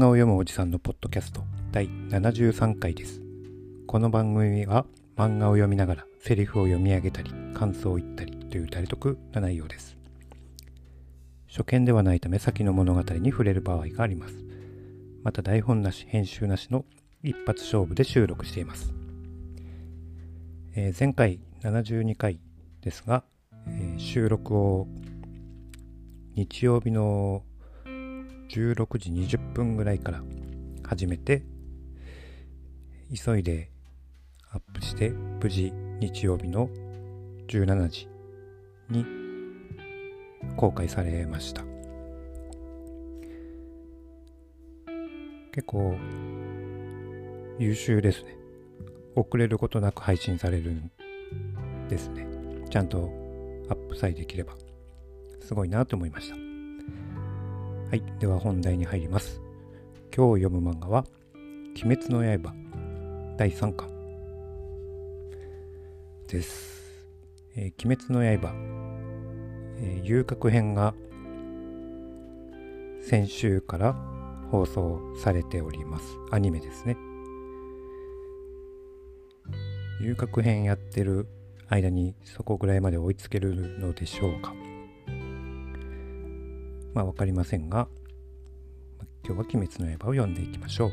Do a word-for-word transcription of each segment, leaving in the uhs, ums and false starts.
画を読むおじさんのポッドキャストだいななじゅうさんかいです。この番組は漫画を読みながらセリフを読み上げたり感想を言ったりという大得な内容です。初見ではないため先の物語に触れる場合があります。また台本なし編集なしの一発勝負で収録しています。えー、前回ななじゅうにかいですが、えー、収録を日曜日のじゅうろくじにじゅっぷんぐらいから始めて、急いでアップして無事日曜日のじゅうしちじに公開されました。結構優秀ですね。遅れることなく配信されるんですね。ちゃんとアップさえできればすごいなと思いました。はい、では本題に入ります。今日読む漫画は鬼滅の刃だいさんかんです。えー、鬼滅の刃、えー、遊郭編が先週から放送されております。アニメですね。遊郭編やってる間にそこぐらいまで追いつけるのでしょうか。まあわかりませんが、今日は鬼滅の刃を読んでいきましょう。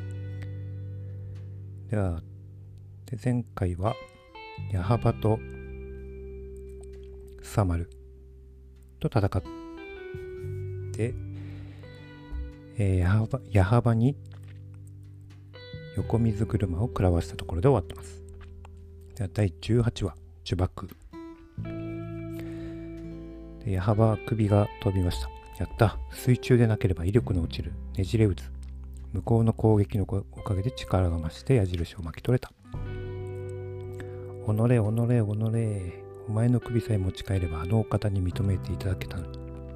では、で前回は矢巾とサマルと戦って、えー、矢巾に横水車を食らわしたところで終わってます。ではだいじゅうはちわ呪縛で、矢巾は首が飛びました。やった。水中でなければ威力の落ちるねじれ渦。向こうの攻撃のおかげで力が増して矢印を巻き取れた。おのれおのれおのれ、お前の首さえ持ち帰ればあのお方に認めていただけたのに。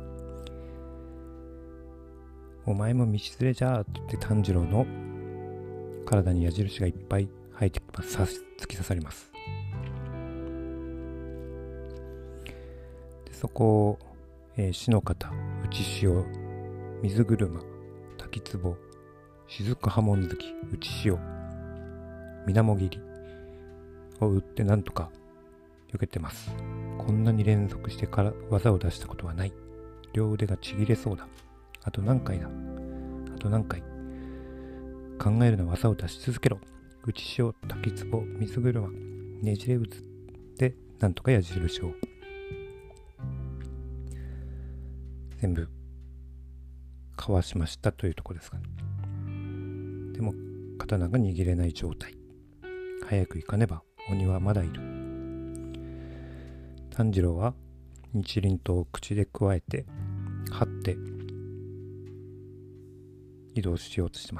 お前も道連れじゃーって言って炭治郎の体に矢印がいっぱい入ってきます。突き刺さります。でそこを、えー、死の方、内潮、水車、滝壺、雫波紋月、内潮、水面切りを打ってなんとか避けてます。こんなに連続してから技を出したことはない。両腕がちぎれそうだ。あと何回だ。あと何回。考えるのは技を出し続けろ。内潮、滝壺、水車、ねじれ渦でなんとか矢印を全部かわしましたというところですかね。でも刀が握れない状態。早く行かねば鬼はまだいる。炭治郎は日輪刀を口でくわえて張って移動しようとしてます。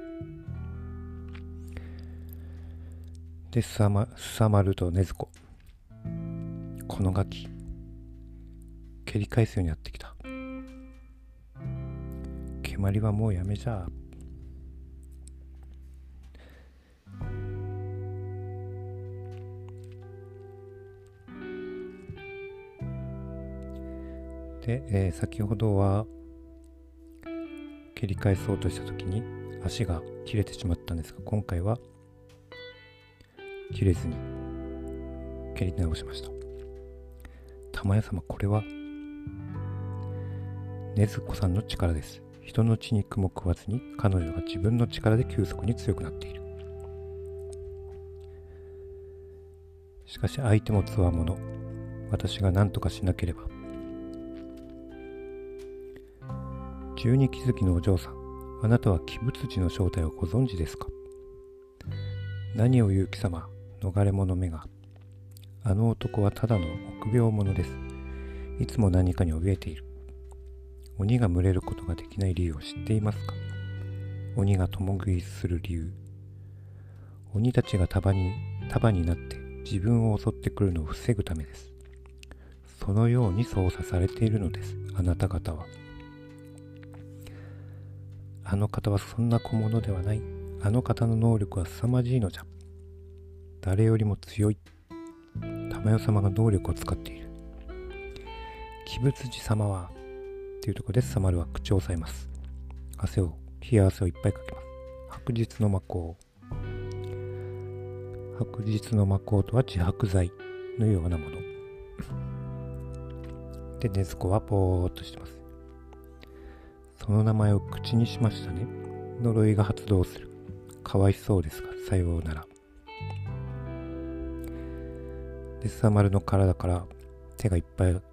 で、すさま、すさまると禰豆子、このガキ蹴り返すようになってきた。蹴鞠はもうやめじゃ。で、えー、先ほどは蹴り返そうとした時に足が切れてしまったんですが、今回は切れずに蹴り直しました。玉屋様、これは禰豆子さんの力です。人の血肉も食わずに彼女が自分の力で急速に強くなっている。しかし相手もつわもの。私が何とかしなければ。十二鬼月のお嬢さん、あなたは鬼仏寺の正体をご存知ですか。何を言う貴様、逃れ者めが。あの男はただの臆病者です。いつも何かに怯えている。鬼が群れることができない理由を知っていますか。鬼が共食いする理由。鬼たちが束に、束になって自分を襲ってくるのを防ぐためです。そのように操作されているのです、あなた方は。あの方はそんな小物ではない。あの方の能力は凄まじいのじゃ。誰よりも強い。玉代様が能力を使っている。鬼仏寺様はというところでサマルは口を押さえます。汗を冷や汗をいっぱいかけます。白日の魔法。白日の魔法とは自白剤のようなもの。で、禰豆子はぼーっとしてます。その名前を口にしましたね。呪いが発動する。かわいそうですが、さようなら。で、スサマルの体から手がいっぱいで、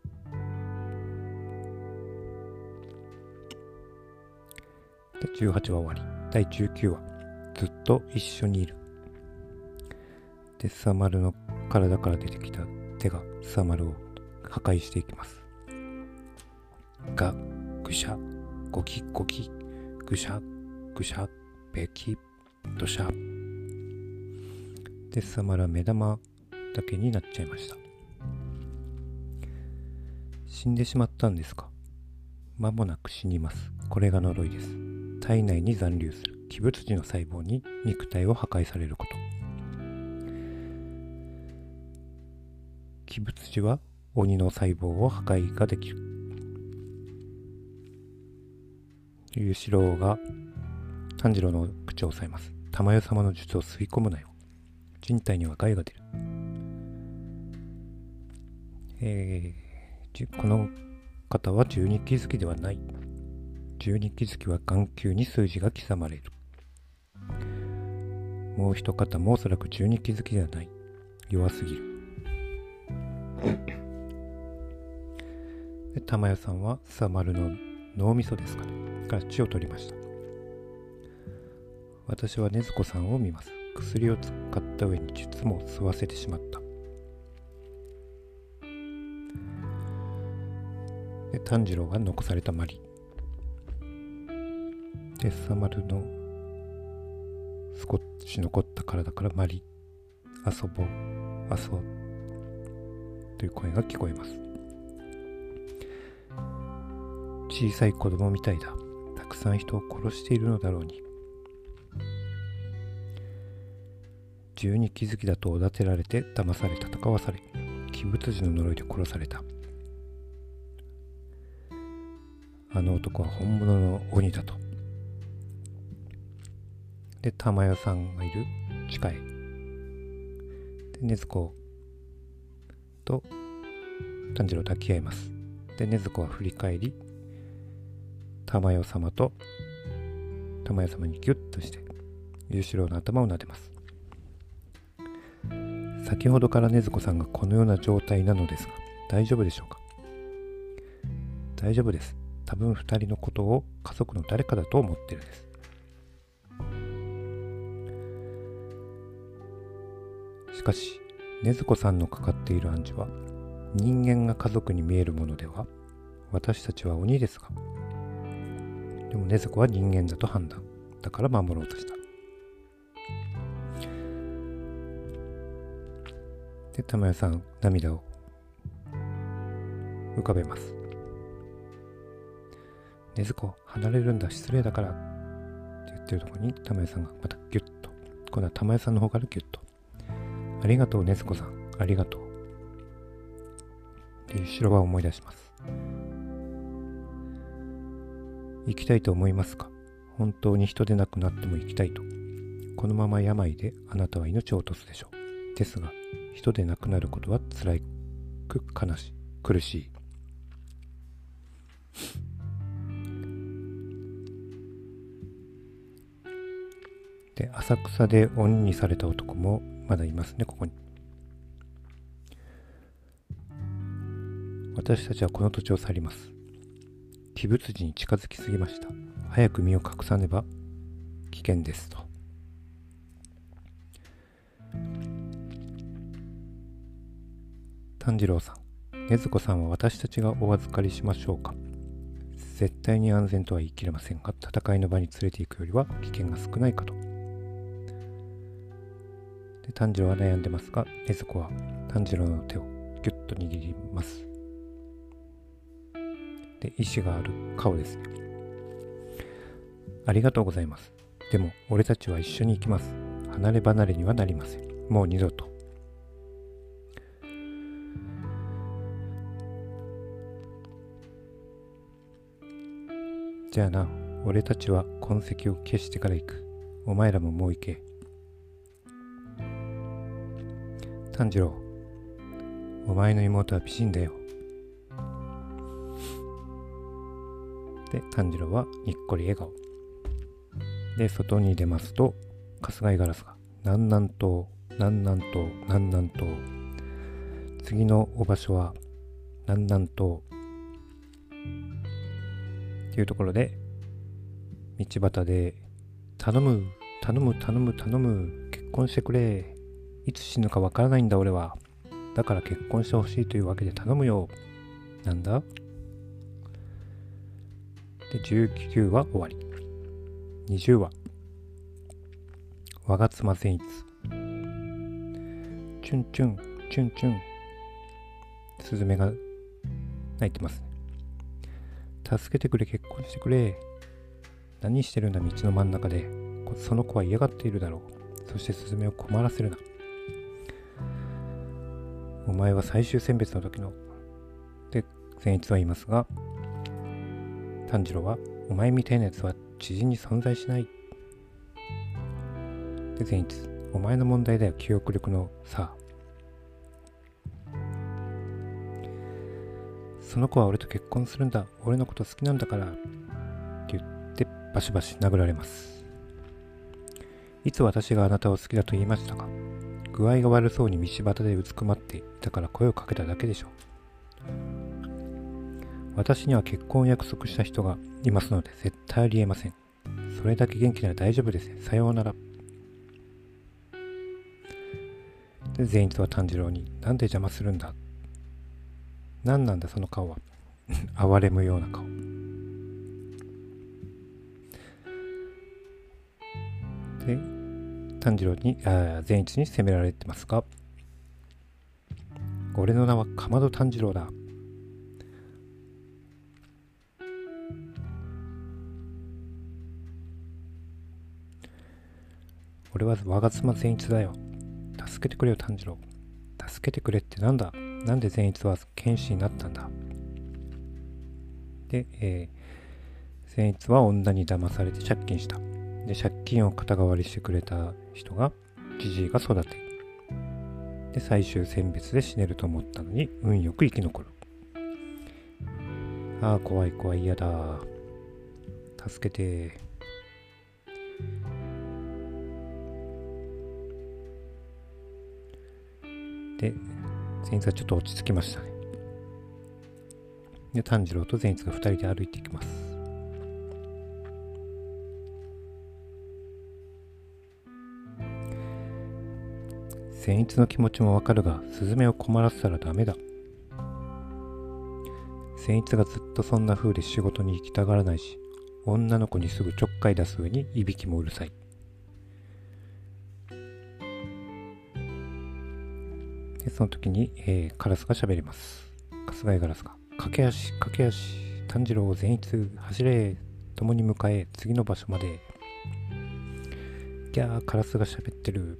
じゅうはちわ終わり。だいじゅうきゅうわ、ずっと一緒にいる。で、スサマルの体から出てきた手がスサマルを破壊していきます。が、ぐしゃ、ゴキゴキ、ぐしゃ、ぐしゃ、べき、どしゃ。で、スサマルは目玉だけになっちゃいました。死んでしまったんですか。間もなく死にます。これが呪いです。体内に残留する鬼物児の細胞に肉体を破壊されること。鬼物児は鬼の細胞を破壊ができる。裕次郎が炭治郎の口を押さえます。玉代様の術を吸い込むなよ。人体には害が出る。えー、この方は十二鬼月ではない。十二鬼月は眼球に数字が刻まれる。もう一方もおそらく十二鬼月ではない。弱すぎる。で、玉代さんはスサマルの脳みそですかねから血を取りました。私は禰豆子さんを見ます。薬を使った上に術も吸わせてしまった。で、炭治郎が残されたマリ。で、スサマルの少し残った体からマリ、遊ぼう、遊ぼうという声が聞こえます。小さい子供みたいだ。たくさん人を殺しているのだろうに。十二鬼月だとおだてられて騙され戦わされ、鬼物児の呪いで殺された。あの男は本物の鬼だと。で、玉代さんがいる地下へ。で、禰豆子と炭治郎を抱き合います。で、禰豆子は振り返り、玉代様と玉代様にギュッとして裕次郎の頭を撫でます。先ほどから禰豆子さんがこのような状態なのですが、大丈夫でしょうか。大丈夫です。多分二人のことを家族の誰かだと思ってるんです。しかし禰豆子さんのかかっている暗示は、人間が家族に見えるものでは、私たちは鬼ですが。でも禰豆子は人間だと判断。だから守ろうとした。で、玉代さん涙を浮かべます。禰豆子、離れるんだ、失礼だからって言ってるところに玉代さんがまたギュッと、今度は玉代さんの方からギュッと、ありがとう禰豆子さん、ありがとう。で、後ろは思い出します。生きたいと思いますか。本当に人でなくなっても生きたいと。このまま病であなたは命を落とすでしょう。ですが、人でなくなることは辛く悲しい、苦しい。で、浅草で鬼にされた男もまだいますね、ここに。私たちはこの土地を去ります。鬼物児に近づきすぎました。早く身を隠さねば危険ですと。炭治郎さん、禰豆子さんは私たちがお預かりしましょうか。絶対に安全とは言い切れませんが、戦いの場に連れて行くよりは危険が少ないかと。で、炭治郎は悩んでますが、禰豆子は炭治郎の手をギュッと握ります。で、意志がある顔ですね。ありがとうございます。でも俺たちは一緒に行きます。離れ離れにはなりません。もう二度と。じゃあな、 俺たちは痕跡を消してから行く。お前らももう行け。炭治郎、お前の妹は美人だよ。で、炭治郎はにっこり笑顔。で、外に出ますと、春日井ガラスが、南南東、南南東、南南東。次のお場所は、南南東。っていうところで、道端で、頼む、頼む、頼む、頼む、結婚してくれ。いつ死ぬかわからないんだ俺は。だから結婚してほしいというわけで頼むよ。なんだ？で、じゅうきゅうわ終わり。にじゅうわ。我妻善逸。チュンチュン、チュンチュン。スズメが泣いてますね。助けてくれ、結婚してくれ。何してるんだ、道の真ん中で。その子は嫌がっているだろう。そしてスズメを困らせるな。お前は最終選別の時の。で、善逸は言いますが、炭治郎は、お前みたいなやつは知人に存在しない。で、善逸、お前の問題だよ、記憶力の差。その子は俺と結婚するんだ。俺のこと好きなんだから。って言ってバシバシ殴られます。いつ私があなたを好きだと言いましたか？具合が悪そうに道端でうずくまっていたから声をかけただけでしょう。私には結婚を約束した人がいますので絶対ありえません。それだけ元気なら大丈夫ですね。さようなら。で、善逸は炭治郎に、なんで邪魔するんだ？何なんだその顔は。哀れむような顔。で、炭治郎に、あ、善逸に責められてますが、俺の名はかまど炭治郎だ。俺は我妻善逸だよ。助けてくれよ炭治郎。助けてくれってなんだ？なんで善逸は剣士になったんだ？で、えー、善逸は女に騙されて借金した。で、借金を肩代わりしてくれた人が、じじいが育て。で、最終選別で死ねると思ったのに、運よく生き残る。ああ、怖い怖い、嫌だ。助けて。で、善逸はちょっと落ち着きましたね。で、炭治郎と善逸が二人で歩いていきます。善逸の気持ちもわかるが、スズメを困らせたらダメだ。善逸がずっとそんな風で仕事に行きたがらないし、女の子にすぐちょっかい出す上にいびきもうるさい。で、その時に、えー、カラスが喋ります。春日井ガラスが、駆け足、駆け足、炭治郎、善逸、走れ、共に迎え、次の場所まで。ギャー、カラスが喋ってる。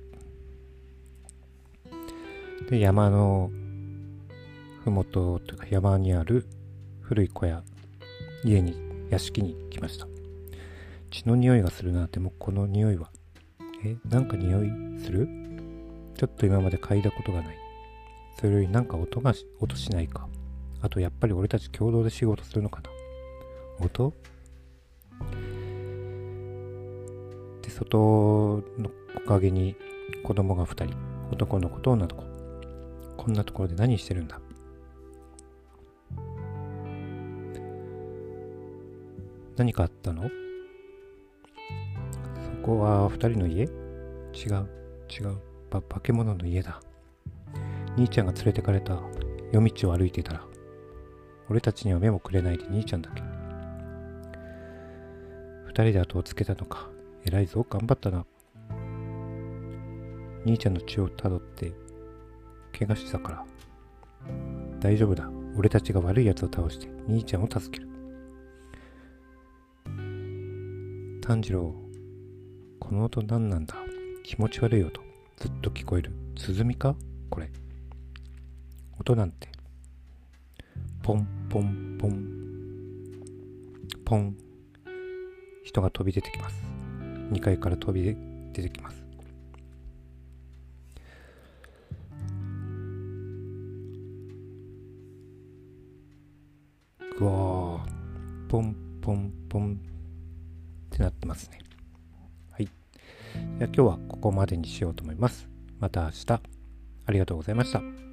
で、山のふもとというか山にある古い小屋、家に、屋敷に来ました。血の匂いがするな。でもこの匂いは、え、なんか匂いする？ちょっと今まで嗅いだことがない。それよりなんか音がし、音しないか。あとやっぱり俺たち共同で仕事するのかな。音？で、外の木陰に子供がふたり、男の子と女の子。こんなところで何してるんだ？何かあったの？そこは二人の家？違う、違う、ば、化け物の家だ。兄ちゃんが連れてかれた。夜道を歩いていたら。俺たちには目もくれないで兄ちゃんだけ。二人で後をつけたのか。偉いぞ、頑張ったな。兄ちゃんの血をたどって怪我してたから。大丈夫だ。俺たちが悪い奴を倒して兄ちゃんを助ける。炭治郎、この音何なんだ？気持ち悪い音。ずっと聞こえる。鼓か？これ。音なんて。ポンポンポン。ポン。 人が飛び出てきます。にかいから飛び出てきます。ぐわー、ポンポンポンってなってますね。はい。じゃあ今日はここまでにしようと思います。また明日。ありがとうございました。